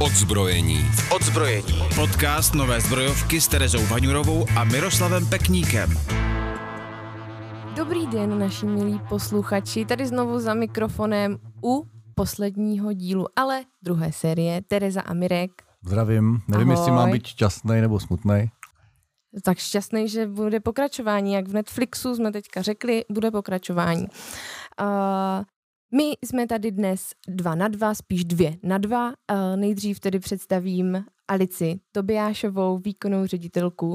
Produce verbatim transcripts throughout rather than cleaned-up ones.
Odzbrojení. V odzbrojení. Podcast Nové zbrojovky s Terezou Vaňurovou a Miroslavem Pekníkem. Dobrý den, naši milí posluchači, tady znovu za mikrofonem u posledního dílu, ale druhé série, Tereza a Mirek. Zdravím, nevím, Ahoj. jestli mám být šťastný nebo smutný. Tak šťastný, že bude pokračování, jak v Netflixu jsme teďka řekli, bude pokračování. Uh, my jsme tady dnes dva na dva, spíš dvě na dva. Uh, nejdřív tedy představím Alici Tobiášovou, výkonnou ředitelku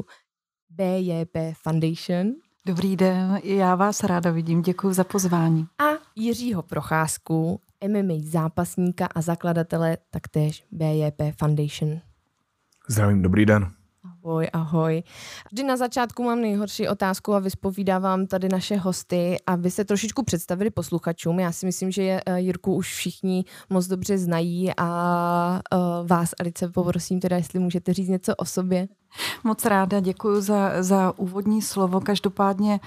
B J P Foundation. Dobrý den, já vás ráda vidím, děkuji za pozvání. A Jiřího Procházku, M M A zápasníka a zakladatele taktéž B J P Foundation. Zdravím, dobrý den. Ahoj, ahoj. Vždy na začátku mám nejhorší otázku a vyspovídávám tady naše hosty, aby se trošičku představili posluchačům. Já si myslím, že je, Jirku už všichni moc dobře znají a uh, vás, Alice, poprosím teda, jestli můžete říct něco o sobě. Moc ráda, děkuji za, za úvodní slovo. Každopádně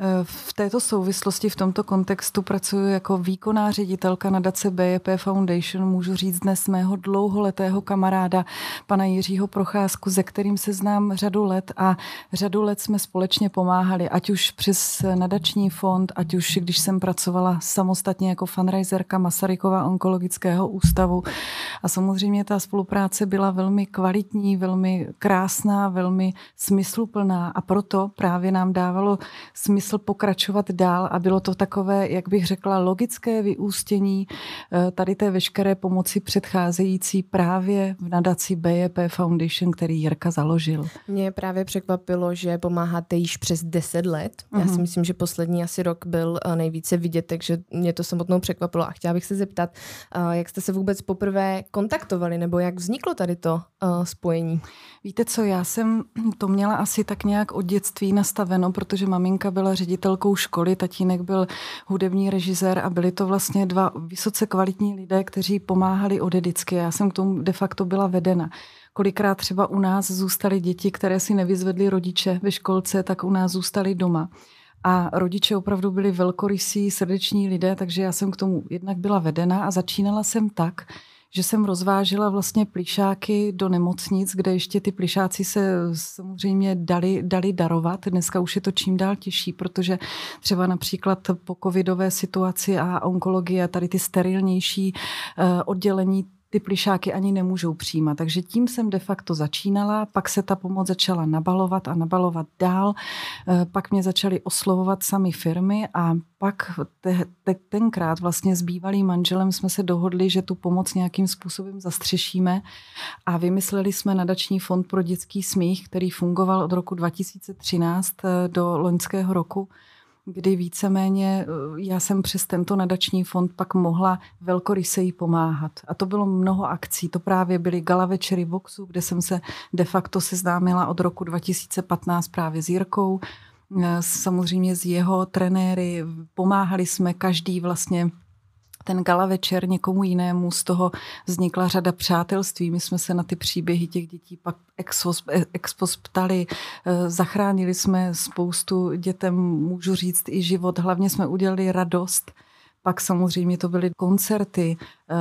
v této souvislosti, v tomto kontextu pracuji jako výkonná ředitelka nadace B J P Foundation. Můžu říct dnes mého dlouholetého kamaráda, pana Jiřího Procházku, se kterým se znám řadu let a řadu let jsme společně pomáhali, ať už přes nadační fond, ať už když jsem pracovala samostatně jako fundraiserka Masarykova onkologického ústavu. A samozřejmě ta spolupráce byla velmi kvalitní, velmi krásná, velmi smysluplná a proto právě nám dávalo smysl pokračovat dál a bylo to takové, jak bych řekla, logické vyústění tady té veškeré pomoci předcházející právě v nadaci B J P Foundation, který Jirka založil. Mě právě překvapilo, že pomáháte již přes deset let. Já si myslím, že poslední asi rok byl nejvíce vidět, takže mě to samotnou překvapilo a chtěla bych se zeptat, jak jste se vůbec poprvé kontaktovali nebo jak vzniklo tady to spojení? Víte co, já jsem to měla asi tak nějak od dětství nastaveno, protože maminka byla ředitelkou školy, tatínek byl hudební režisér a byli to vlastně dva vysoce kvalitní lidé, kteří pomáhali ode vždycky. Já jsem k tomu de facto byla vedena. Kolikrát třeba u nás zůstaly děti, které si nevyzvedli rodiče ve školce, tak u nás zůstaly doma. A rodiče opravdu byli velkorysí, srdeční lidé, takže já jsem k tomu jednak byla vedena a začínala jsem tak, že jsem rozvážela vlastně plyšáky do nemocnic, kde ještě ty plyšáci se samozřejmě dali, dali darovat. Dneska už je to čím dál těžší, protože třeba například po covidové situaci a onkologie, tady ty sterilnější oddělení, ty plyšáky ani nemůžou přijímat. Takže tím jsem de facto začínala, pak se ta pomoc začala nabalovat a nabalovat dál, pak mě začaly oslovovat sami firmy a pak te, te, tenkrát vlastně s bývalým manželem jsme se dohodli, že tu pomoc nějakým způsobem zastřešíme a vymysleli jsme nadační fond pro dětský smích, který fungoval od roku dva tisíce třináct do loňského roku, kdy víceméně já jsem přes tento nadační fond pak mohla velkoryseji pomáhat. A to bylo mnoho akcí. To právě byly gala večery boxu, kde jsem se de facto seznámila od roku dva tisíce patnáct právě s Jirkou. Samozřejmě s jeho trenéry. Pomáhali jsme každý vlastně ten gala večer někomu jinému, z toho vznikla řada přátelství. My jsme se na ty příběhy těch dětí pak expos ptali, zachránili jsme spoustu dětem, můžu říct, i život. Hlavně jsme udělali radost. Pak samozřejmě to byly koncerty.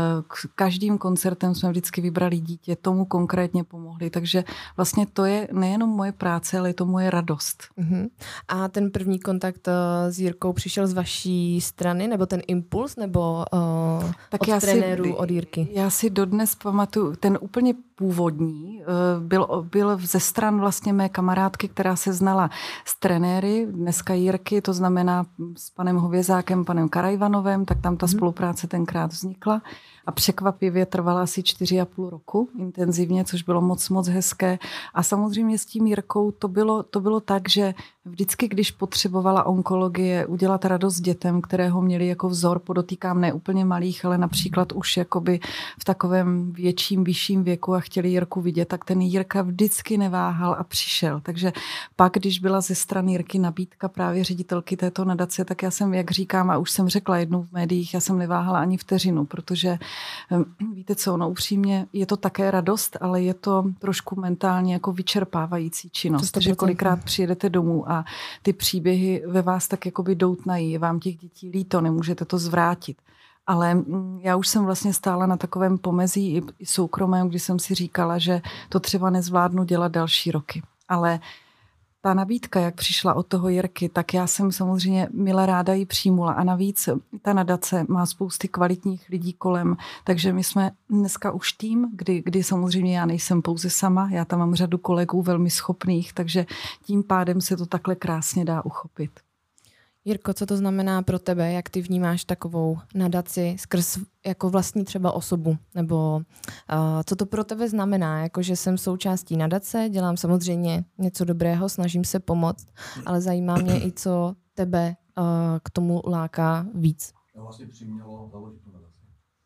Každým koncertem jsme vždycky vybrali dítě, tomu konkrétně pomohli. Takže vlastně to je nejenom moje práce, ale je to moje radost. Uh-huh. A ten první kontakt uh, s Jirkou přišel z vaší strany, nebo ten impuls, nebo uh, tak od já trenérů, si, od Jirky? Já si dodnes pamatuju, ten úplně původní uh, byl, byl ze stran vlastně mé kamarádky, která se znala s trenéry, dneska Jirky, to znamená s panem Hovězákem, panem Karajvanovem, tak tam ta uh-huh. spolupráce tenkrát vznikla. A překvapivě trvala asi čtyři a půl roku intenzivně, což bylo moc, moc hezké. A samozřejmě s tím Jirkou to bylo, to bylo tak, že vždycky, když potřebovala onkologie udělat radost dětem, které ho měli jako vzor, podotýkám ne úplně malých, ale například už jakoby v takovém větším, vyšším věku a chtěli Jirku vidět, tak ten Jirka vždycky neváhal a přišel. Takže pak, když byla ze strany Jirky nabídka právě ředitelky této nadace, tak já jsem, jak říkám, a už jsem řekla jednou v médiích, já jsem neváhala ani vteřinu, protože víte co, no upřímně je to také radost, ale je to trošku mentálně jako vyčerpávající činnost, že kolikrát přijedete domů a ty příběhy ve vás tak jakoby doutnají, je vám těch dětí líto, nemůžete to zvrátit. Ale já už jsem vlastně stála na takovém pomezí i, i soukromém, kdy jsem si říkala, že to třeba nezvládnu dělat další roky. Ale ta nabídka, jak přišla od toho Jirky, tak já jsem samozřejmě milé ráda ji přijmula. A navíc ta nadace má spousty kvalitních lidí kolem, takže my jsme dneska už tým, kdy, kdy samozřejmě já nejsem pouze sama, já tam mám řadu kolegů velmi schopných, takže tím pádem se to takhle krásně dá uchopit. Jirko, co to znamená pro tebe? Jak ty vnímáš takovou nadaci skrz jako vlastní třeba osobu? Nebo uh, co to pro tebe znamená? Jako, že jsem součástí nadace, dělám samozřejmě něco dobrého, snažím se pomoct, ale zajímá mě i, co tebe uh, k tomu láká víc. To vlastně přimělo založit tu nadaci.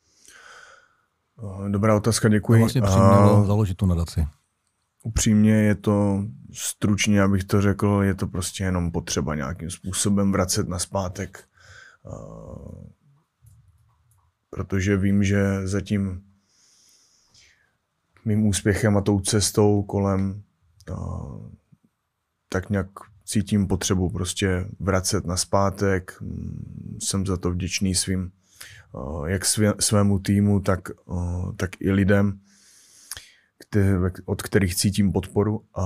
Dobrá otázka, děkuji. To vlastně přimělo založit tu nadaci. Upřímně je to, stručně abych to řekl, je to prostě jenom potřeba nějakým způsobem vracet nazpátek. Protože vím, že za tím mým úspěchem a tou cestou kolem tak nějak cítím potřebu prostě vracet nazpátek. Jsem za to vděčný svým, jak svému týmu, tak, tak i lidem, od kterých cítím podporu a,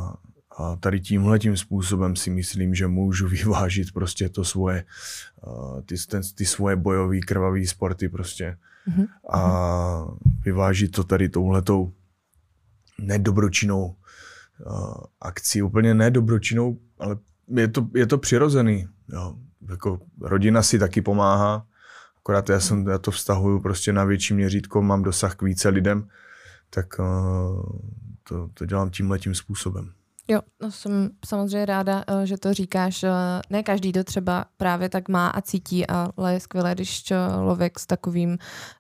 a tady tímhletím způsobem si myslím, že můžu vyvážit prostě to svoje, ty, ten, ty svoje bojový, krvavý sporty prostě mm-hmm. a vyvážit to tady touhletou nedobročinnou akcí, úplně nedobročinnou, ale je to, je to přirozený. Jo. Jako rodina si taky pomáhá, akorát já, jsem, já to vztahuju prostě na větší měřítko, mám dosah k více lidem, tak uh, to, to dělám tímhletím způsobem. Jo, no jsem samozřejmě ráda, že to říkáš. Ne každý to třeba právě tak má a cítí, ale je skvělé, když člověk s takovým uh,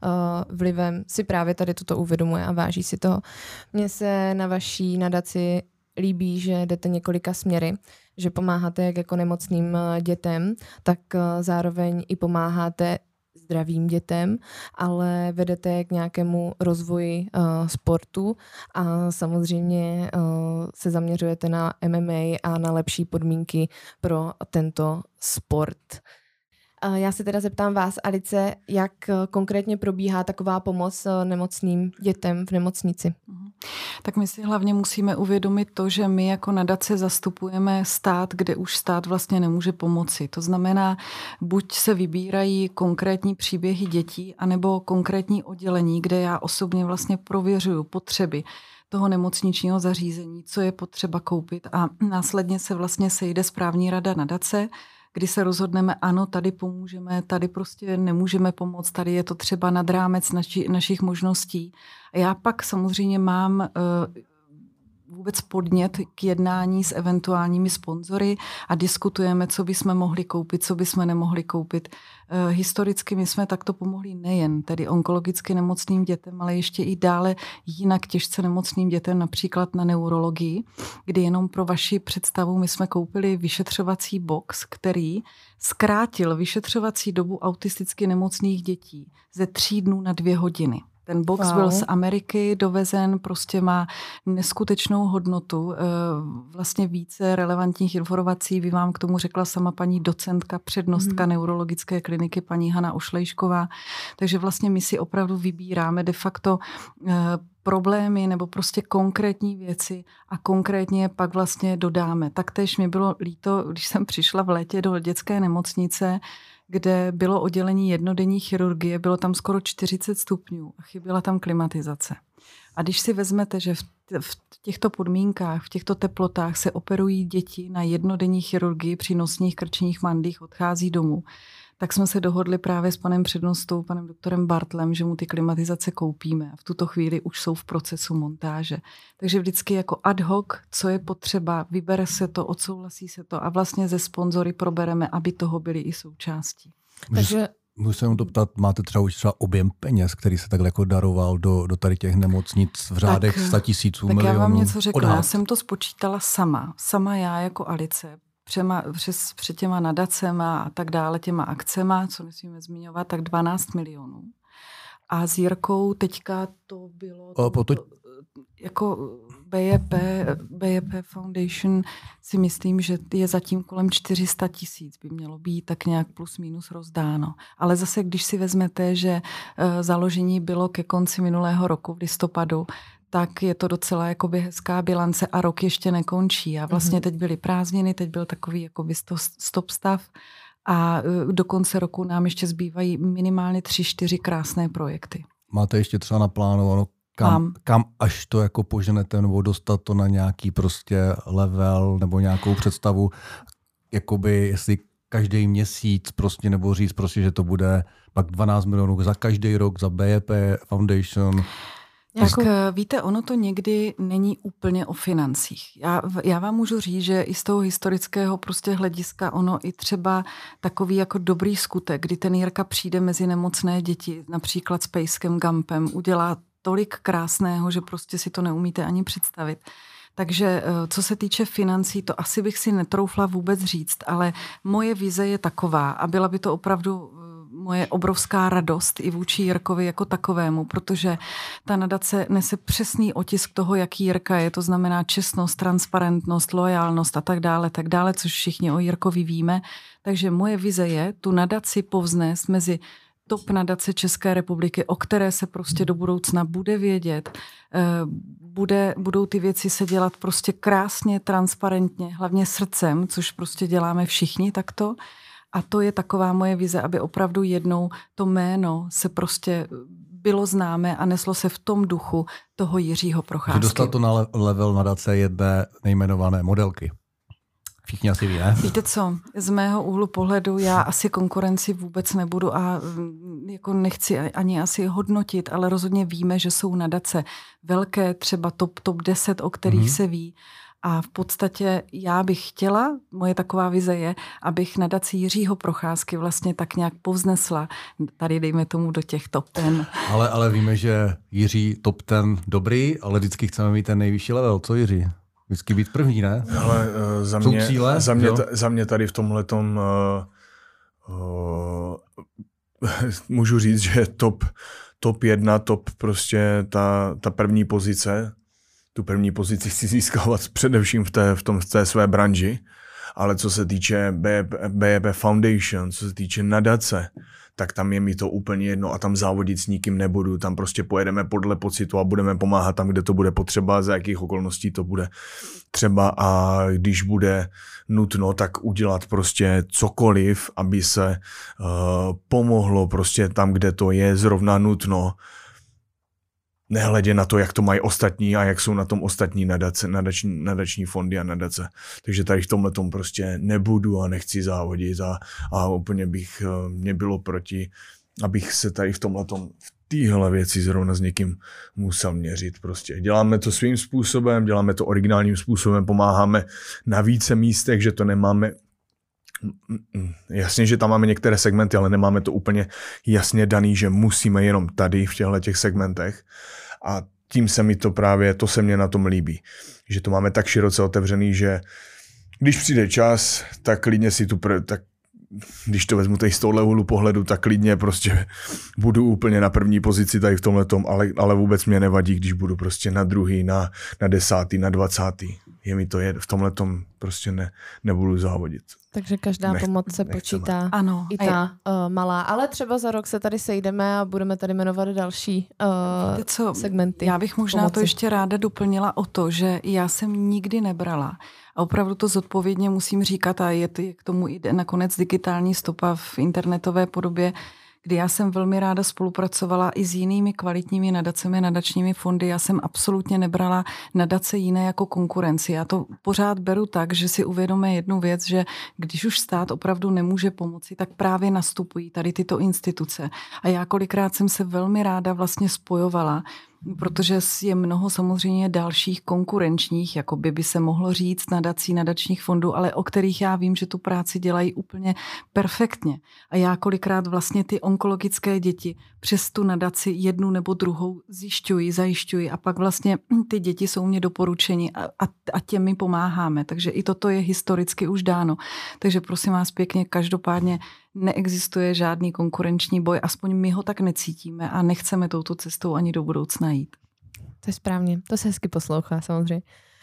vlivem si právě tady toto uvědomuje a váží si toho. Mně se na vaší nadaci líbí, že jdete několika směry, že pomáháte jak jako nemocným dětem, tak zároveň i pomáháte zdravým dětem, ale vedete k nějakému rozvoji uh, sportu a samozřejmě uh, se zaměřujete na M M A a na lepší podmínky pro tento sport. Uh, já se teda zeptám vás, Alice, jak uh, konkrétně probíhá taková pomoc uh, nemocným dětem v nemocnici? Tak my si hlavně musíme uvědomit to, že my jako nadace zastupujeme stát, kde už stát vlastně nemůže pomoci. To znamená, buď se vybírají konkrétní příběhy dětí, anebo konkrétní oddělení, kde já osobně vlastně prověřuju potřeby toho nemocničního zařízení, co je potřeba koupit a následně se vlastně sejde správní rada nadace, kdy se rozhodneme, ano, tady pomůžeme, tady prostě nemůžeme pomoct, tady je to třeba nad rámec naši, našich možností. A já pak samozřejmě mám uh, vůbec podnět k jednání s eventuálními sponzory a diskutujeme, co bychom mohli koupit, co bychom nemohli koupit. Uh, historicky my jsme takto pomohli nejen tedy onkologicky nemocným dětem, ale ještě i dále jinak těžce nemocným dětem, například na neurologii, kdy jenom pro vaši představu my jsme koupili vyšetřovací box, který zkrátil vyšetřovací dobu autisticky nemocných dětí ze tří dnů na dvě hodiny. Ten box wow. byl z Ameriky dovezen, prostě má neskutečnou hodnotu, vlastně více relevantních informací. Vy vám k tomu řekla sama paní docentka, přednostka mm. neurologické kliniky, paní Hana Ošlejšková. Takže vlastně my si opravdu vybíráme de facto problémy nebo prostě konkrétní věci a konkrétně je pak vlastně dodáme. Taktéž mi bylo líto, když jsem přišla v létě do dětské nemocnice, kde bylo oddělení jednodenní chirurgie, bylo tam skoro čtyřicet stupňů a chyběla tam klimatizace. A když si vezmete, že v, v těchto podmínkách, v těchto teplotách se operují děti na jednodenní chirurgii při nosních krčních mandlích, odchází domů, tak jsme se dohodli právě s panem přednostou, panem doktorem Bartlem, že mu ty klimatizace koupíme a v tuto chvíli už jsou v procesu montáže. Takže vždycky jako ad hoc, co je potřeba, vybere se to, odsouhlasí se to a vlastně ze sponzory probereme, aby toho byli i součástí. Takže můžu se jenom to ptat, máte třeba už třeba objem peněz, který se takhle jako daroval do, do tady těch nemocnic v řádech sta tisíců, milionů? Tak já vám něco řeknu, odhad. Já jsem to spočítala sama. Sama já jako Alice. Přema, přes, před těma nadacema a tak dále, těma akcema, co nesmíme zmiňovat, tak dvanáct milionů. A s Jirkou teďka to bylo... O, po to, jako B J P, B J P Foundation si myslím, že je zatím kolem čtyři sta tisíc, by mělo být tak nějak plus minus rozdáno. Ale zase, když si vezmete, že založení bylo ke konci minulého roku v listopadu, tak je to docela jakoby hezká bilance a rok ještě nekončí. A vlastně teď byly prázdniny, teď byl takový jakoby stop stav a do konce roku nám ještě zbývají minimálně tři, čtyři krásné projekty. Máte ještě třeba naplánováno, kam, kam až to jako poženete, nebo dostat to na nějaký prostě level nebo nějakou představu, jakoby jestli každý měsíc prostě, nebo říct prostě, že to bude pak dvanáct milionů za každý rok za B J P Foundation. Tak víte, ono to někdy není úplně o financích. Já, já vám můžu říct, že i z toho historického prostě hlediska ono i třeba takový jako dobrý skutek, kdy ten Jirka přijde mezi nemocné děti, například s pejskem Gumpem, udělá tolik krásného, že prostě si to neumíte ani představit. Takže co se týče financí, to asi bych si netroufla vůbec říct, ale moje vize je taková a byla by to opravdu moje obrovská radost i vůči Jirkovi jako takovému, protože ta nadace nese přesný otisk toho, jaký Jirka je, to znamená čestnost, transparentnost, loajálnost a tak dále, tak dále, což všichni o Jirkovi víme. Takže moje vize je tu nadaci povznést mezi top nadace České republiky, o které se prostě do budoucna bude vědět. Bude, budou ty věci se dělat prostě krásně, transparentně, hlavně srdcem, což prostě děláme všichni takto. A to je taková moje vize, aby opravdu jednou to jméno se prostě bylo známé a neslo se v tom duchu toho Jiřího Procházky. Že dostal to na level nadace jedné nejmenované modelky. Všichni asi ví, ne? Víte co, z mého úhlu pohledu já asi konkurenci vůbec nebudu a jako nechci ani asi hodnotit, ale rozhodně víme, že jsou nadace velké, třeba top, top deset, o kterých mm-hmm. se ví. A v podstatě já bych chtěla, moje taková vize je, abych nadaci Jiřího Procházky vlastně tak nějak povznesla. Tady dejme tomu do těch top ten. Ale, ale víme, že Jiří top ten dobrý, ale vždycky chceme mít ten nejvyšší level. Co Jiří? Vždycky být první, ne? Ale uh, za, mě, cíle, za, mě, za mě tady v tomhletom uh, uh, můžu říct, že top, top jedna, top prostě ta, ta první pozice. Tu první pozici chci získávat především v té, v tom, v té své branži, ale co se týče B J P Foundation, co se týče nadace, tak tam je mi to úplně jedno a tam závodit s nikým nebudu, tam prostě pojedeme podle pocitu a budeme pomáhat tam, kde to bude potřeba, za jakých okolností to bude třeba a když bude nutno, tak udělat prostě cokoliv, aby se uh, pomohlo prostě tam, kde to je zrovna nutno, nehledě na to, jak to mají ostatní a jak jsou na tom ostatní nadace, nadační, nadační fondy a nadace. Takže tady v tomhletom prostě nebudu a nechci závodit a, a úplně bych mě bylo proti, abych se tady v tomhletom v téhle věci zrovna s někým musel měřit. Prostě děláme to svým způsobem, děláme to originálním způsobem, pomáháme na více místech, že to nemáme jasně, že tam máme některé segmenty, ale nemáme to úplně jasně daný, že musíme jenom tady v těchto těch segmentech a tím se mi to právě, to se mně na tom líbí, že to máme tak široce otevřený, že když přijde čas, tak klidně si tu, pr- tak když to vezmu tady z tohle úhlu pohledu, tak klidně prostě budu úplně na první pozici tady v tomhletom, ale, ale vůbec mě nevadí, když budu prostě na druhý, na, na desátý, na dvacátý. Je mi to je, v tomhletom prostě ne, nebudu závodit. Takže každá Nech, pomoc se nechceme. Počítá, ano, i ta uh, malá. Ale třeba za rok se tady sejdeme a budeme tady jmenovat další uh, co, segmenty. Já bych možná pomoci. To ještě ráda doplnila o to, že já jsem nikdy nebrala. A opravdu to zodpovědně musím říkat a je k tomu i nakonec digitální stopa v internetové podobě, kdy já jsem velmi ráda spolupracovala i s jinými kvalitními nadacemi, nadačními fondy. Já jsem absolutně nebrala nadace jiné jako konkurenci. Já to pořád beru tak, že si uvědomíme jednu věc, že když už stát opravdu nemůže pomoci, tak právě nastupují tady tyto instituce. A já kolikrát jsem se velmi ráda vlastně spojovala, protože je mnoho samozřejmě dalších konkurenčních, jako by by se mohlo říct, nadací, nadačních fondů, ale o kterých já vím, že tu práci dělají úplně perfektně. A já kolikrát vlastně ty onkologické děti přes tu nadaci jednu nebo druhou zjišťuji, zajišťuji a pak vlastně ty děti jsou mě doporučeni a, a, a těm my pomáháme. Takže i toto je historicky už dáno. Takže prosím vás pěkně, každopádně neexistuje žádný konkurenční boj, aspoň my ho tak necítíme a nechceme touto cestou ani do budoucna jít. To je správně, to se hezky poslouchá samozřejmě.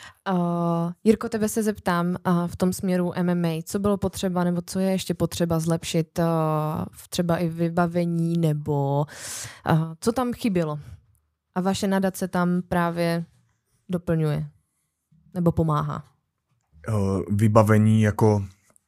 Uh, Jirko, tebe se zeptám uh, v tom směru M M A, co bylo potřeba, nebo co je ještě potřeba zlepšit, uh, třeba i vybavení, nebo uh, co tam chybělo? A vaše nadace tam právě doplňuje, nebo pomáhá? Uh, vybavení jako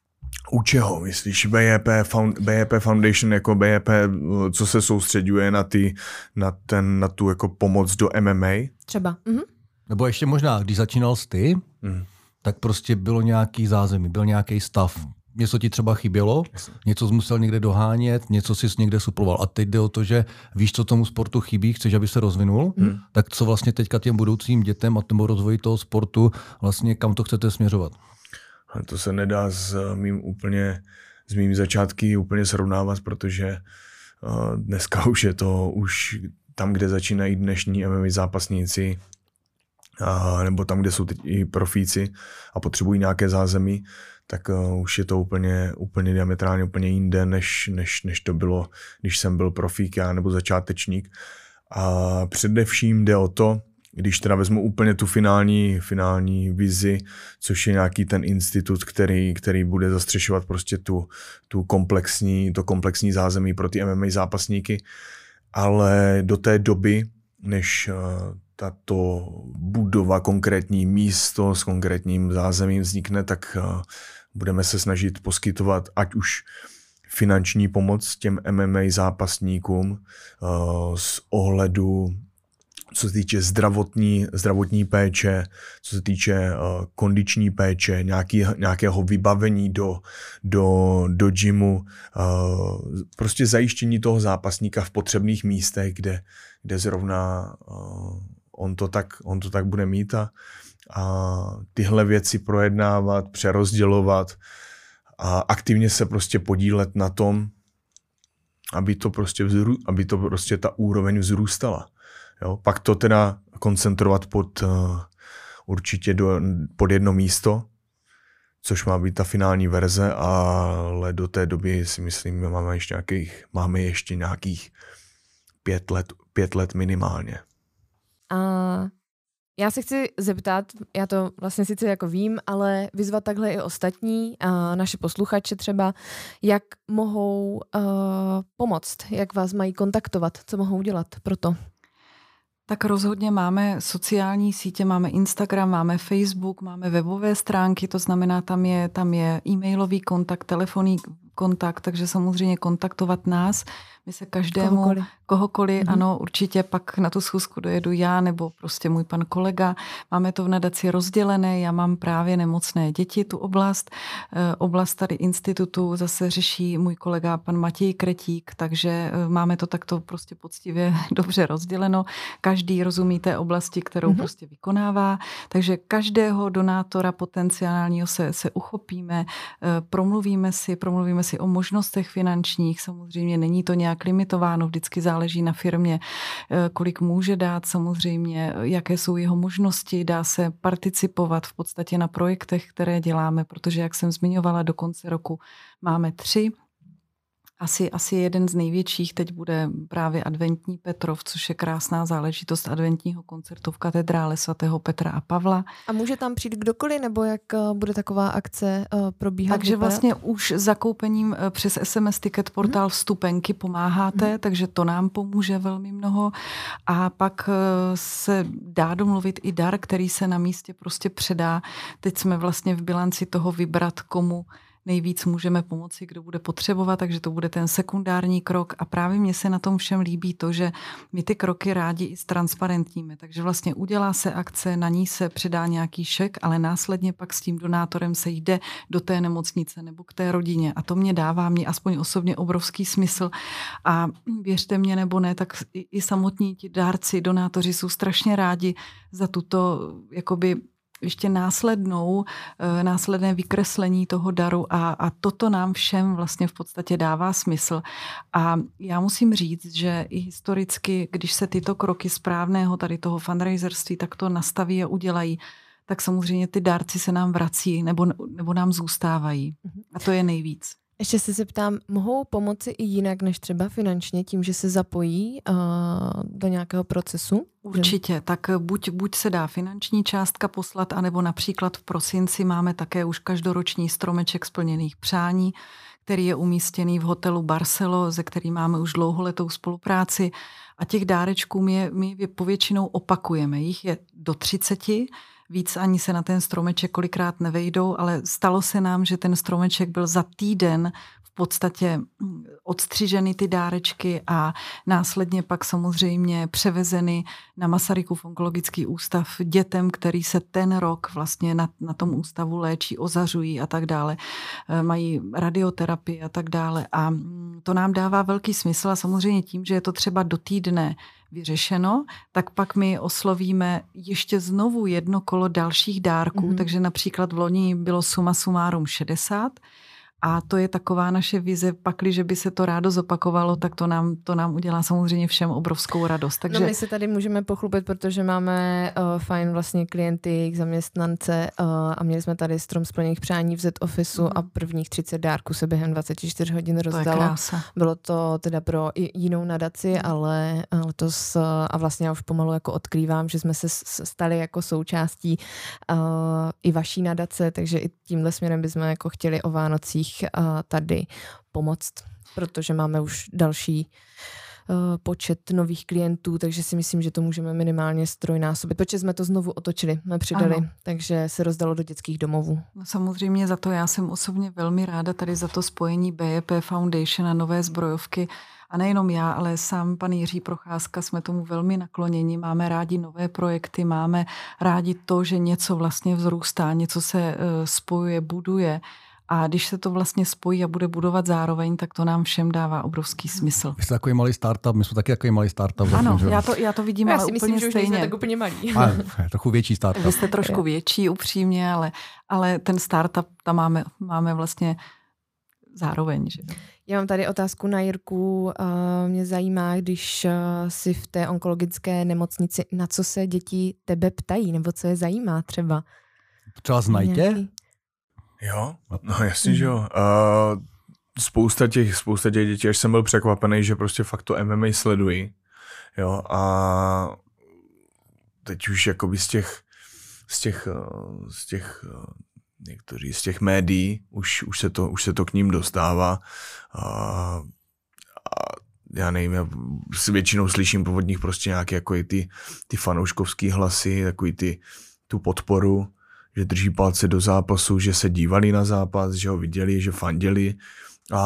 u čeho, myslíš? B J P, Found, B J P Foundation jako B J P, co se soustředuje na, ty, na, ten, na tu jako pomoc do M M A? Třeba. Mhm. Nebo ještě možná, když začínal ty, mm. tak prostě bylo nějaký zázemí, byl nějaký stav. Něco ti třeba chybělo, Jasně. něco jsi musel někde dohánět, něco jsi někde suploval. A teď jde o to, že víš, co tomu sportu chybí, chceš, aby se rozvinul, mm. tak co vlastně teďka těm budoucím dětem a tomu rozvoji toho sportu, vlastně kam to chcete směřovat? A to se nedá s mým úplně, s mým začátky úplně srovnávat, protože uh, dneska už je to už tam, kde začínají dnešní M M A zápasníci, uh, nebo tam, kde jsou teď i profíci a potřebují nějaké zázemí, tak uh, už je to úplně, úplně diametrálně úplně jinde, než, než, než to bylo, když jsem byl profík já nebo začátečník. A především jde o to, když teda vezmu úplně tu finální, finální vizi, což je nějaký ten institut, který, který bude zastřešovat prostě tu, tu komplexní, to komplexní zázemí pro ty M M A zápasníky, ale do té doby, než tato budova, konkrétní místo s konkrétním zázemím vznikne, tak budeme se snažit poskytovat ať už finanční pomoc těm M M A zápasníkům z ohledu, co se týče zdravotní, zdravotní péče, co se týče uh, kondiční péče, nějaký, nějakého vybavení do, do, do gymu, uh, prostě zajištění toho zápasníka v potřebných místech, kde, kde zrovna uh, on, to tak, on to tak bude mít a, a tyhle věci projednávat, přerozdělovat a aktivně se prostě podílet na tom, aby to prostě, vzrů, aby to prostě ta úroveň vzrůstala. Jo, pak to teda koncentrovat pod uh, určitě do, pod jedno místo, což má být ta finální verze, ale do té doby si myslím, že máme ještě nějakých, máme ještě nějakých pět let, pět let minimálně. A já se chci zeptat, já to vlastně sice jako vím, ale vyzvat takhle i ostatní, a naše posluchače třeba, jak mohou uh, pomoct, jak vás mají kontaktovat, co mohou udělat pro to. Tak rozhodně máme sociální sítě, máme Instagram, máme Facebook, máme webové stránky, to znamená, tam je, tam je e-mailový kontakt, telefonní kontakt, takže samozřejmě kontaktovat nás. My se každému, kohokoliv, kohokoliv mm-hmm. ano, určitě pak na tu schůzku dojedu já nebo prostě můj pan kolega. Máme to v nadaci rozdělené, já mám právě nemocné děti, tu oblast. E, oblast tady institutu zase řeší můj kolega pan Matěj Kretík, takže e, máme to takto prostě poctivě dobře rozděleno. Každý rozumí té oblasti, kterou mm-hmm. prostě vykonává, takže každého donátora potenciálního se, se uchopíme, e, promluvíme si, promluvíme si o možnostech finančních, samozřejmě není to nějak limitováno, vždycky záleží na firmě, kolik může dát, samozřejmě, jaké jsou jeho možnosti, dá se participovat v podstatě na projektech, které děláme, protože, jak jsem zmiňovala, do konce roku máme tři. Asi, asi jeden z největších teď bude právě adventní Petrov, což je krásná záležitost adventního koncertu v katedrále svatého Petra a Pavla. A může tam přijít kdokoliv, nebo jak bude taková akce probíhat? Takže vlastně už zakoupením přes S M S Ticket portál hmm. vstupenky pomáháte, hmm. takže to nám pomůže velmi mnoho. A pak se dá domluvit i dar, který se na místě prostě předá. Teď jsme vlastně v bilanci toho vybrat, komu nejvíc můžeme pomoci, kdo bude potřebovat, takže to bude ten sekundární krok a právě mně se na tom všem líbí to, že my ty kroky rádi i ztransparentníme, takže vlastně udělá se akce, na ní se předá nějaký šek, ale následně pak s tím donátorem se jde do té nemocnice nebo k té rodině a to mě dává mě aspoň osobně obrovský smysl a věřte mě nebo ne, tak i, i samotní ti dárci, donátoři jsou strašně rádi za tuto jakoby ještě následnou, následné vykreslení toho daru a, a toto nám všem vlastně v podstatě dává smysl. A já musím říct, že i historicky, když se tyto kroky správného tady toho fundraiserství takto nastaví a udělají, tak samozřejmě ty dárci se nám vrací nebo, nebo nám zůstávají. A to je nejvíc. Ještě se zeptám, mohou pomoci i jinak než třeba finančně, tím, že se zapojí uh, do nějakého procesu? Určitě, tak buď, buď se dá finanční částka poslat, anebo například v prosinci máme také už každoroční stromeček splněných přání, který je umístěný v hotelu Barcelo, ze který máme už dlouholetou spolupráci. A těch dárečků my, my povětšinou opakujeme. Jich je do třiceti, víc ani se na ten stromeček kolikrát nevejdou, ale stalo se nám, že ten stromeček byl za týden v podstatě odstřiženy ty dárečky a následně pak samozřejmě převezeny na Masarykův onkologický ústav dětem, který se ten rok vlastně na, na tom ústavu léčí, ozařují a tak dále. Mají radioterapii a tak dále. A to nám dává velký smysl a samozřejmě tím, že je to třeba do týdne vyřešeno, tak pak my oslovíme ještě znovu jedno kolo dalších dárků, mm-hmm. takže například v loni bylo suma sumárum šedesát a to je taková naše vize, pakliže by se to rádo zopakovalo, tak to nám, to nám udělá samozřejmě všem obrovskou radost. Takže... No my se tady můžeme pochlubit, protože máme uh, fajn vlastně klienty, zaměstnance uh, a měli jsme tady strom splněných přání v Z-Officeu mm. a prvních třicet dárků se během dvacet čtyři hodin rozdalo. Bylo to teda pro i jinou nadaci, mm. ale letos uh, a vlastně já už pomalu jako odkrývám, že jsme se stali jako součástí uh, i vaší nadace, takže i tímhle směrem bychom jako chtěli o Vánocích tady pomoct, protože máme už další uh, počet nových klientů, takže si myslím, že to můžeme minimálně strojnásobit, protože jsme to znovu otočili, jsme přidali, ano. takže se rozdalo do dětských domovů. No samozřejmě za to já jsem osobně velmi ráda tady za to spojení B J P Foundation a Nové zbrojovky. A nejenom já, ale sám pan Jiří Procházka jsme tomu velmi nakloněni. Máme rádi nové projekty, máme rádi to, že něco vlastně vzrůstá, něco se uh, spojuje, buduje. A když se to vlastně spojí a bude budovat zároveň, tak to nám všem dává obrovský smysl. Vy jste takový malý startup, my jsme taky takový malý startup. Ano, zatím, já, to, já to vidím, já ale si úplně myslím, stejně. Že už tak úplně malý. A, trochu větší startup. Vy jste trošku větší, upřímně, ale, ale ten startup tam máme, máme vlastně zároveň. Že? Já mám tady otázku na Jirku. Mě zajímá, když si v té onkologické nemocnici, na co se děti tebe ptají, nebo co je zajímá třeba? Třeba znajtě? Jo, no jasně, že jo. Uh, spousta těch, spousta těch dětí, až jsem byl překvapený, že prostě fakt to M M A sledují. Jo, a teď už jakoby z těch, z těch, z těch, někteří z těch médií, už, už, se, to, už se to k ním dostává. A, a já nevím, já s většinou slyším po od nich prostě nějaké jako i ty, ty fanouškovský hlasy, takový ty, tu podporu, že drží palce do zápasu, že se dívali na zápas, že ho viděli, že fandili a,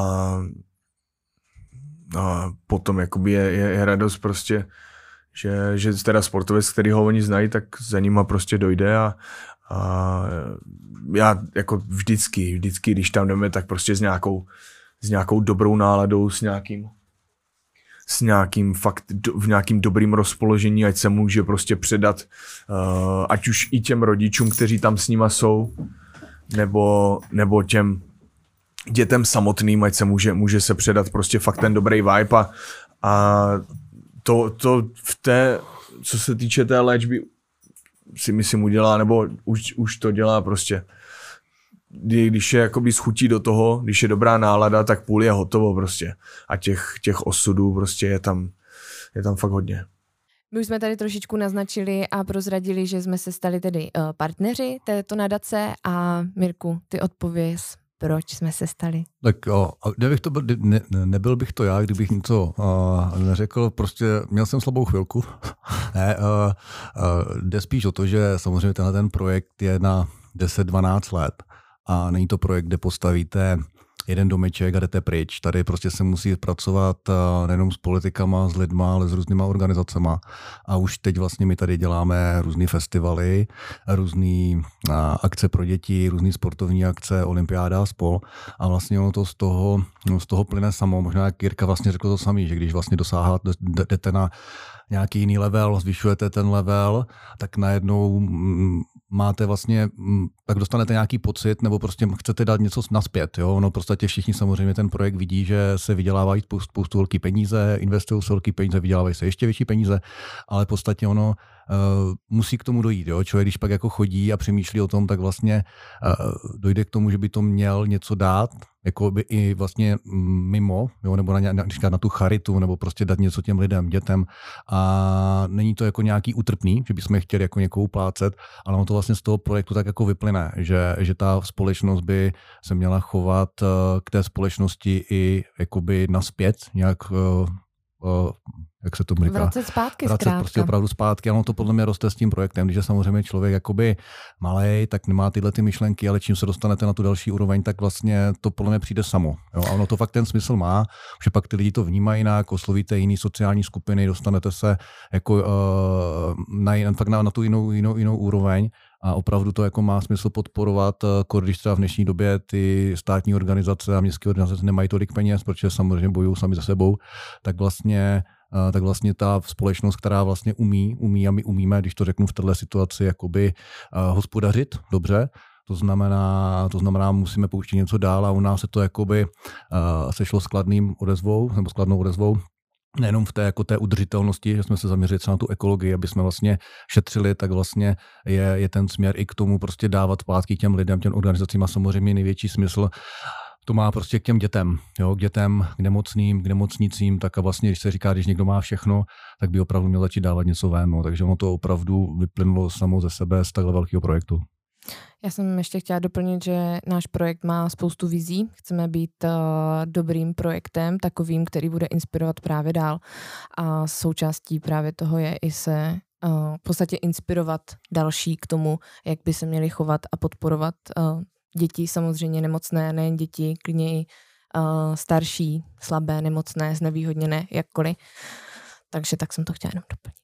a potom jakoby je, je, je radost prostě, že, že teda sportovec, který ho oni znají, tak za nima prostě dojde a, a já jako vždycky, vždycky, když tam jdeme, tak prostě s nějakou, s nějakou dobrou náladou, s nějakým s nějakým fakt, v nějakým dobrým rozpoložení, ať se může prostě předat, uh, ať už i těm rodičům, kteří tam s nima jsou, nebo, nebo těm dětem samotným, ať se může, může se předat prostě fakt ten dobrý vibe a, a to, to v té, co se týče té léčby, si myslím udělá, nebo už, už to dělá prostě. Když je jakoby schutí do toho, když je dobrá nálada, tak půl je hotovo prostě. A těch, těch osudů prostě je tam, je tam fakt hodně. My už jsme tady trošičku naznačili a prozradili, že jsme se stali tedy uh, partneři této nadace a Mirku, ty odpověz, proč jsme se stali? Tak jo, kdybych to byl, ne, nebyl bych to já, kdybych něco uh, neřekl, prostě měl jsem slabou chvilku. ne, uh, uh, jde spíš o to, že samozřejmě tenhle ten projekt je na deset dvanáct let. A není to projekt, kde postavíte jeden domeček a jdete pryč. Tady prostě se musí pracovat nejenom s politikama, s lidma, ale s různýma organizacema. A už teď vlastně my tady děláme různý festivaly, různý akce pro děti, různý sportovní akce, olympiáda a spol. A vlastně ono to z toho, no z toho plyne samo. Možná jak Jirka vlastně řekl to samý, že když vlastně dosáháte, jdete na nějaký jiný level, zvyšujete ten level, tak najednou máte vlastně, tak dostanete nějaký pocit, nebo prostě chcete dát něco naspět. Jo? No prostě všichni samozřejmě ten projekt vidí, že se vydělávají spoustu, spoustu velký peníze, investují se velký peníze, vydělávají se ještě větší peníze, ale v podstatě ono uh, musí k tomu dojít. Jo? Člověk, když pak jako chodí a přemýšlí o tom, tak vlastně uh, dojde k tomu, že by to měl něco dát jako by i vlastně mimo, jo, nebo na, na, na tu charitu, nebo prostě dát něco těm lidem, dětem. A není to jako nějaký útrpný, že bychom chtěli jako někoho uplácet, ale ono to vlastně z toho projektu tak jako vyplyne, že, že ta společnost by se měla chovat k té společnosti i jakoby naspět, nějak uh, uh, jak se to říká? Vracet zpátky Vracet zkrátka. prostě opravdu zpátky, ale ono to podle mě roste s tím projektem, když je samozřejmě člověk jakoby malej, tak nemá tyhle ty myšlenky, ale čím se dostanete na tu další úroveň, tak vlastně to podle mě přijde samo. Jo? A ono to fakt ten smysl má, že pak ty lidi to vnímají jinak, oslovíte jiný sociální skupiny, dostanete se jako uh, na, fakt na, na tu jinou, jinou, jinou úroveň. A opravdu to jako má smysl podporovat, když třeba v dnešní době ty státní organizace a městské organizace nemají tolik peněz, protože samozřejmě bojují sami za sebou, tak vlastně, tak vlastně ta společnost, která vlastně umí, umí a my umíme, když to řeknu v této situaci, jakoby hospodařit dobře, to znamená, to znamená, musíme pouštět něco dál a u nás se to jakoby sešlo s kladným odezvou, nebo s kladnou odezvou. Nejenom v té, jako té udržitelnosti, že jsme se zaměřili třeba na tu ekologii, aby jsme vlastně šetřili, tak vlastně je, je ten směr i k tomu prostě dávat zpátky těm lidem, těm organizacím a samozřejmě největší smysl to má prostě k těm dětem, jo, k dětem, k nemocným, k nemocnicím, tak a vlastně, když se říká, když někdo má všechno, tak by opravdu měl začít dávat něco ven, no, takže ono to opravdu vyplynulo samo ze sebe z takhle velkého projektu. Já jsem ještě chtěla doplnit, že náš projekt má spoustu vizí. Chceme být uh, dobrým projektem, takovým, který bude inspirovat právě dál. A součástí právě toho je i se uh, v podstatě inspirovat další k tomu, jak by se měli chovat a podporovat uh, děti, samozřejmě nemocné, nejen děti, klidně i uh, starší, slabé, nemocné, znevýhodněné, jakkoliv. Takže tak jsem to chtěla jenom doplnit.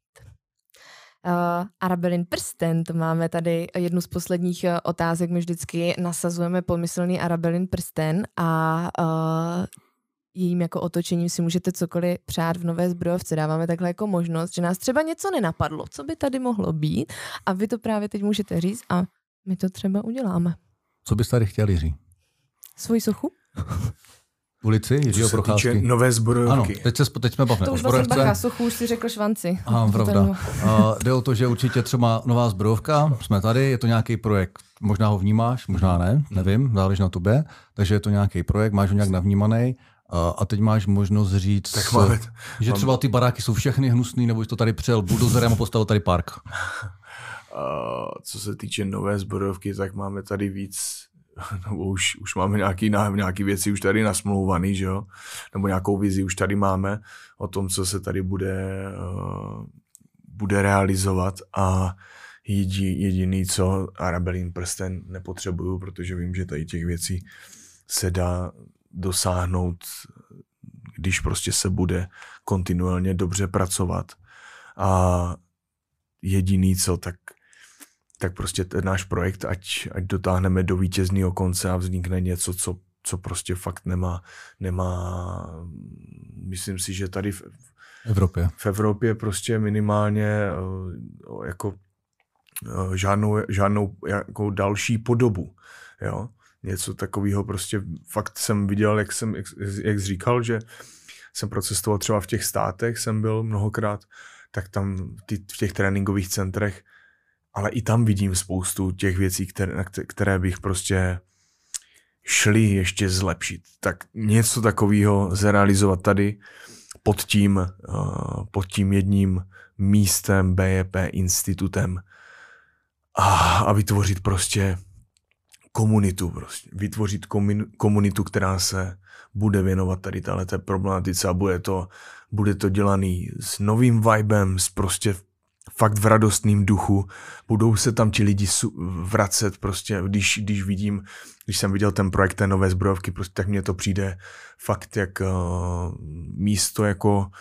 Uh, Arabelin prsten, to máme tady jednu z posledních uh, otázek, my vždycky nasazujeme pomyslný Arabelin prsten a uh, jím jako otočením si můžete cokoliv přát v Nové Zbrojovce. Dáváme takhle jako možnost, že nás třeba něco nenapadlo, co by tady mohlo být a vy to právě teď můžete říct a my to třeba uděláme. Co bys tady chtěl, Jiří? Svoji sochu? Ulici Jiřího Procházky. Nové Zbrojovky. Ano, teď, se, teď jsme bavíme to o už vlastně Zbrojovce. bacha, sochu už si řekl švanci. Aha, pravda. Uh, jde o to, že určitě třeba Nová Zbrojovka, jsme tady, je to nějaký projekt, možná ho vnímáš, možná ne, nevím, záleží na tobě, takže je to nějaký projekt, máš ho nějak navnímaný. A teď máš možnost říct, tak máme, že třeba ty baráky jsou všechny hnusný, nebo jsi to tady přijel buldozerem a postavil tady park. Uh, co se týče Nové Zbrojovky, tak máme tady víc, nebo už, už máme nějaký, nějaký věci už tady nasmlouvaný, že jo? Nebo nějakou vizi už tady máme o tom, co se tady bude, uh, bude realizovat a jediný, jediný, co Arabelin prsten nepotřebuju, protože vím, že tady těch věcí se dá dosáhnout, když prostě se bude kontinuálně dobře pracovat. A jediný co, tak, tak prostě ten náš projekt, ať, ať dotáhneme do vítězného konce a vznikne něco, co, co prostě fakt nemá, nemá, myslím si, že tady v Evropě. V Evropě prostě minimálně jako žádnou, žádnou jako další podobu, jo. Něco takového prostě fakt jsem viděl, jak jsem, jak, jak jsi říkal, že jsem procestoval třeba v těch státech, jsem byl mnohokrát, tak tam ty, v těch tréninkových centrech, ale i tam vidím spoustu těch věcí, které, které bych prostě šli ještě zlepšit. Tak něco takového zrealizovat tady pod tím, pod tím jedním místem, B J P institutem a, a vytvořit prostě komunitu, prostě. Vytvořit komunitu, která se bude věnovat tady téhleté problematice a bude to, bude to dělaný s novým vibem, s prostě fakt v radostným duchu. Budou se tam ti lidi vracet prostě, když, když vidím, když jsem viděl ten projekt té Nové Zbrojovky, prostě, tak mně to přijde fakt jak uh, místo jako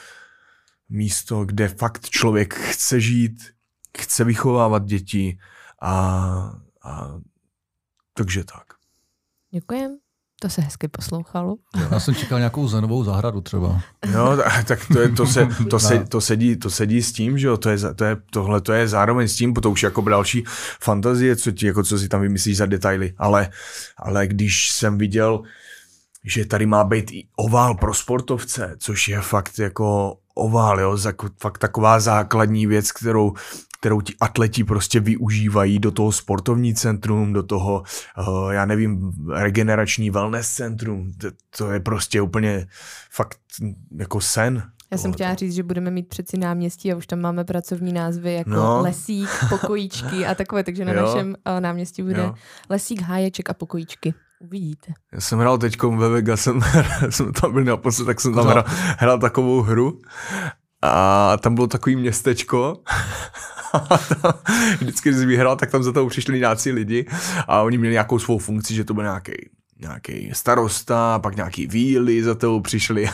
místo, kde fakt člověk chce žít, chce vychovávat děti a, a takže tak. Děkujem. To se hezky poslouchalo. Já jsem čekal nějakou zenovou zahradu třeba. No, tak to, je, to, se, to, se, to, sedí, to sedí s tím, že jo, to je, to je, tohle to je zároveň s tím, to už jako další fantazie, co, ti, jako co si tam vymyslíš za detaily, ale, ale když jsem viděl, že tady má být i ovál pro sportovce, což je fakt jako ovál, jo, fakt taková základní věc, kterou, kterou ti atleti prostě využívají do toho sportovní centrum, do toho, uh, já nevím, regenerační wellness centrum, to, to je prostě úplně fakt jako sen. Já jsem chtěla říct, že budeme mít přeci náměstí a už tam máme pracovní názvy jako no. lesík, pokojíčky a takové, takže na jo. našem uh, náměstí bude jo. lesík, háječek a pokojíčky. Uvidíte. Já jsem hrál teďkom ve Vegas, jsem, jsem tam byl naposled, tak jsem tam hrál, hrál takovou hru a tam bylo takový městečko a tam, vždycky, když vyhrál, tak tam za toho přišli nějací lidi a oni měli nějakou svou funkci, že to byl nějaký nějaký starosta, pak nějaký víly za toho přišli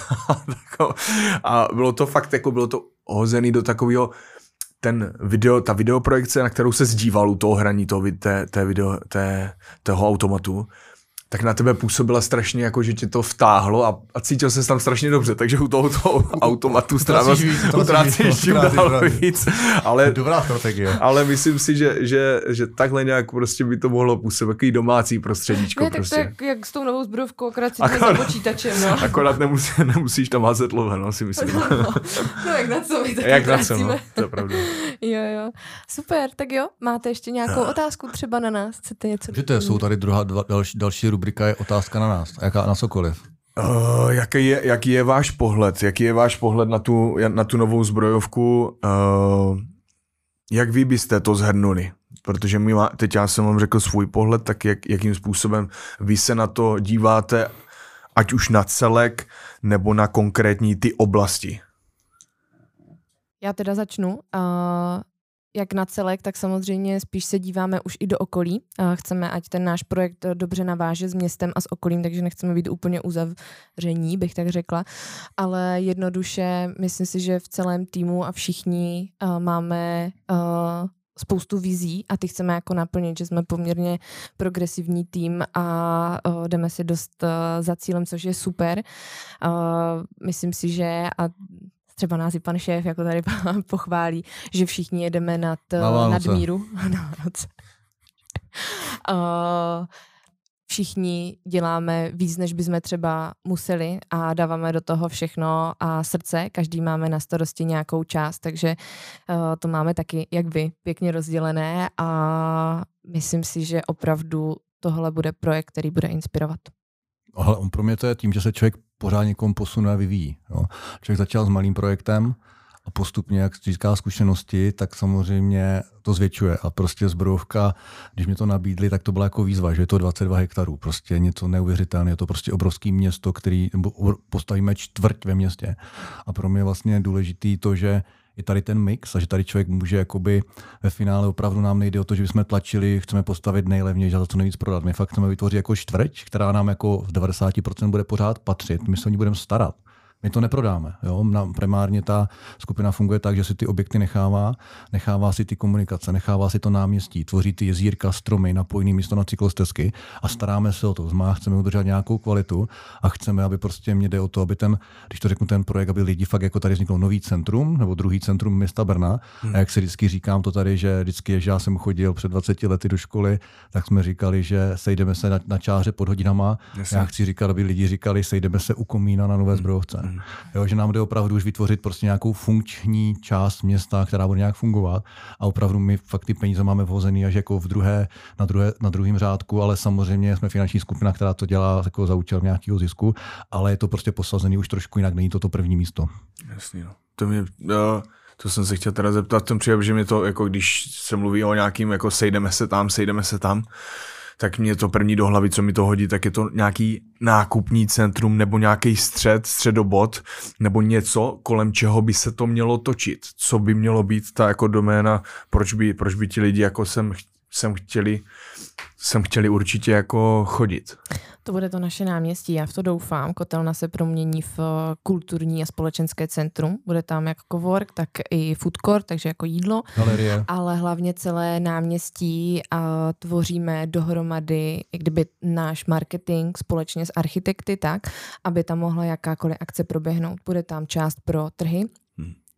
a bylo to fakt, jako bylo to hozený do takového, ten video, ta videoprojekce, na kterou se zdíval u toho hraní toho, té, té video, té, toho automatu, tak na tebe působila strašně, jako že tě to vtáhlo a, a cítil ses tam strašně dobře, takže u toho, toho automatu utrácíš čím dál víc. Ale, dobrá strategie. Ale myslím si, že, že, že takhle nějak prostě by to mohlo působit, takový domácí prostředíčko. Ne, prostě. tak to jak, jak s tou novou zbrojovkou, akorát si akorát, za počítačem. No. Akorát nemusí, nemusíš tam házet love, no, si myslím. No, no, no jak na co my taky Jak na co, no, to je pravda. Jo, jo. Super, tak jo, máte ještě nějakou otázku třeba na nás? Chcete něco? Můžete, jsou tady druhá, dva, další, další rubrika je otázka na nás. Jaká, na cokoliv. Uh, jaký, je, jaký je váš pohled? Jaký je váš pohled na tu, na tu novou zbrojovku? Uh, jak vy byste to zhrnuli? Protože my má, teď já jsem vám řekl svůj pohled, tak jak, jakým způsobem vy se na to díváte, ať už na celek, nebo na konkrétní ty oblasti? Já teda začnu. Uh... Jak na celek, tak samozřejmě spíš se díváme už i do okolí. Chceme, ať ten náš projekt dobře naváže s městem a s okolím, takže nechceme být úplně uzavření, bych tak řekla. Ale jednoduše, myslím si, že v celém týmu a všichni uh, máme uh, spoustu vizí a ty chceme jako naplnit, že jsme poměrně progresivní tým a uh, jdeme si dost uh, za cílem, což je super. Uh, myslím si, že a třeba nás i pan šéf jako tady pochválí, že všichni jedeme nad, nad míru. Na Vánoce. uh, všichni děláme víc, než bychom třeba museli a dáváme do toho všechno a srdce. Každý máme na starosti nějakou část, takže uh, to máme taky, jak vy, pěkně rozdělené a myslím si, že opravdu tohle bude projekt, který bude inspirovat. Ale on pro mě to je tím, že se člověk pořád někomu posune a vyvíjí. Jo. Člověk začal s malým projektem a postupně, jak získá zkušenosti, tak samozřejmě to zvětšuje. A prostě zbrojovka, když mi to nabídli, tak to byla jako výzva, že je to dvacet dva hektarů. Prostě něco neuvěřitelné. Je to prostě obrovský město, který postavíme čtvrť ve městě. A pro mě vlastně je důležitý to, že je tady ten mix a že tady člověk může jakoby ve finále opravdu nám nejde o to, že bychom tlačili, chceme postavit nejlevnější a za co nejvíc prodat. My fakt chceme vytvořit jako čtvrť, která nám jako v devadesát procent bude pořád patřit. My se o ní budeme starat. My to neprodáme. Jo? Primárně ta skupina funguje tak, že si ty objekty nechává, nechává si ty komunikace, nechává si to náměstí, tvoří ty jezírka, stromy, napojený místo na cyklostezky a staráme se o to. Zmá, chceme udržet nějakou kvalitu a chceme, aby prostě mě jde o to, aby ten, když to řeknu ten projekt, aby lidi fakt jako tady vzniklo nový centrum nebo druhý centrum města Brna. Hmm. A jak se vždycky říkám to tady, že vždycky, že já jsem chodil před dvaceti lety do školy, tak jsme říkali, že sejdeme se na, na čáře pod hodinama. Jasně. Já chci říkat, aby lidi říkali, sejdeme se u komína na Nové Zbrojovce. Hmm. Jo, že nám jde opravdu už vytvořit prostě nějakou funkční část města, která bude nějak fungovat a opravdu my fakt ty peníze máme vhozený až jako v druhé, na, druhé, na druhém řádku, ale samozřejmě jsme finanční skupina, která to dělá jako za účel nějakého zisku, ale je to prostě posazený už trošku jinak, není to to první místo. Jasně, no. To mě, no, to jsem se chtěl teda zeptat, tom přijde, že mě to, jako když se mluví o nějakým, jako sejdeme se tam, sejdeme se tam, tak mě to první do hlavy, co mi to hodí, tak je to nějaký nákupní centrum nebo nějaký střed, středobod, nebo něco, kolem čeho by se to mělo točit. Co by mělo být ta jako doména, proč by, proč by ti lidi jako sem, sem chtěli sem chtěli určitě jako chodit. To bude to naše náměstí, já v to doufám. Kotelna se promění v kulturní a společenské centrum. Bude tam jak cowork, tak i food court, takže jako jídlo. Galerie. Ale hlavně celé náměstí a tvoříme dohromady jak kdyby náš marketing společně s architekty tak, aby tam mohla jakákoliv akce proběhnout. Bude tam část pro trhy,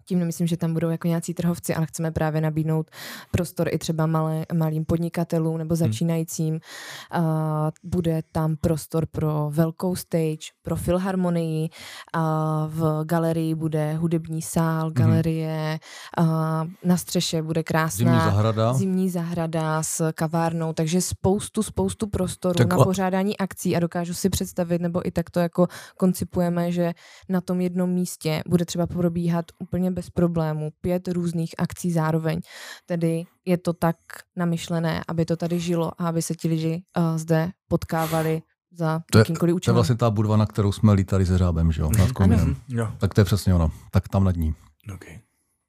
tím nemyslím, že tam budou jako nějací trhovci, ale chceme právě nabídnout prostor i třeba malé, malým podnikatelům nebo začínajícím. Uh, bude tam prostor pro velkou stage, pro filharmonii, uh, v galerii bude hudební sál, galerie, uh, na střeše bude krásná zimní zahrada, zimní zahrada s kavárnou, takže spoustu, spoustu prostoru tak na pořádání akcí a dokážu si představit, nebo i tak to jako koncipujeme, že na tom jednom místě bude třeba probíhat úplně bez problémů pět různých akcí zároveň. Tedy je to tak namyšlené, aby to tady žilo a aby se ti lidi uh, zde potkávali za jakýmkoliv účelem. To je vlastně ta budova, na kterou jsme lítali se Řábem, že jo? Nad komínem. Tak to je přesně ono. Tak tam nad ní. Okay.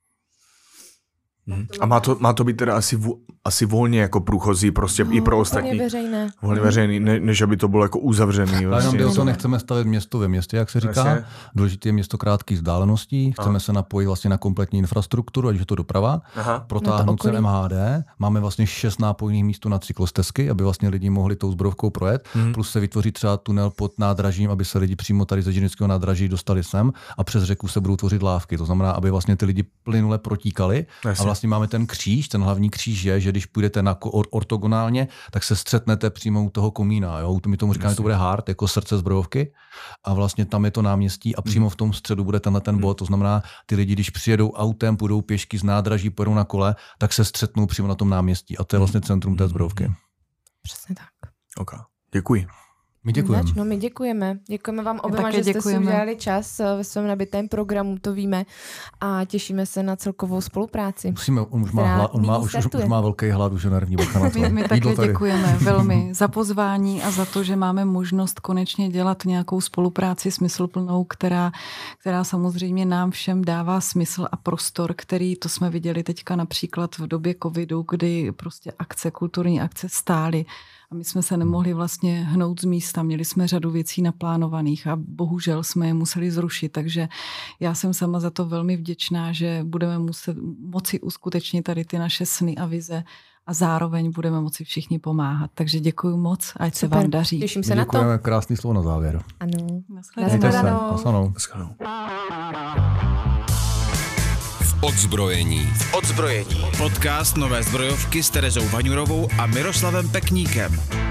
Hmm. A má to, má to být teda asi, vo, asi volně jako průchozí prostě no, i pro ostatní. Volně veřejné. Volně veřejný, ne, než aby to bylo jako uzavřený. Ale vlastně. Jenom to nechceme stavit město ve městě, jak se říká. Vlastně. Důležité je město krátkých vzdáleností. Chceme Aha. se napojit vlastně na kompletní infrastrukturu, ať je to doprava. Aha. Protáhnout se M H D. Máme vlastně šest nápojných místů na cyklostezky, aby vlastně lidi mohli tou zbrojovkou projet. Hmm. Plus se vytvoří třeba tunel pod nádražím, aby se lidi přímo tady ze Židnického nádraží dostali sem a přes řeku se budou tvořit lávky. To znamená, aby vlastně ty lidi plynule protíkali. Vlastně. A vlastně máme ten kříž, ten hlavní kříž je, že když půjdete na ortogonálně, tak se střetnete přímo u toho komína. Jo? My tomu říkáme, že to bude hard, jako srdce zbrojovky. A vlastně tam je to náměstí a přímo v tom středu bude tenhle ten bod. To znamená, ty lidi, když přijedou autem, půjdou pěšky z nádraží, pojedou na kole, tak se střetnou přímo na tom náměstí. A to je vlastně centrum té zbrojovky. Přesně tak. Ok, děkuji. My děkujeme. No, my děkujeme. Děkujeme vám oběma, že jste děkujeme. si udělali čas ve svém nabitém programu, to víme. A těšíme se na celkovou spolupráci. Musíme, on už má, hlad, on má, už, už má velký hlad, už je nervní bacha na to. My, my také děkujeme velmi za pozvání a za to, že máme možnost konečně dělat nějakou spolupráci smysluplnou, která, která samozřejmě nám všem dává smysl a prostor, který, to jsme viděli teďka například v době covidu, kdy prostě akce, kulturní akce stály. A my jsme se nemohli vlastně hnout z místa, měli jsme řadu věcí naplánovaných a bohužel jsme je museli zrušit, takže já jsem sama za to velmi vděčná, že budeme muset, moci uskutečnit tady ty naše sny a vize a zároveň budeme moci všichni pomáhat. Takže děkuji moc, ať se vám daří. Těším se na to. Děkujeme, krásný slovo na závěr. Ano. Naschledanou. Naschledanou. Odzbrojení. Odzbrojení. Podcast Nové zbrojovky s Terezou Vaňurovou a Miroslavem Pekníkem.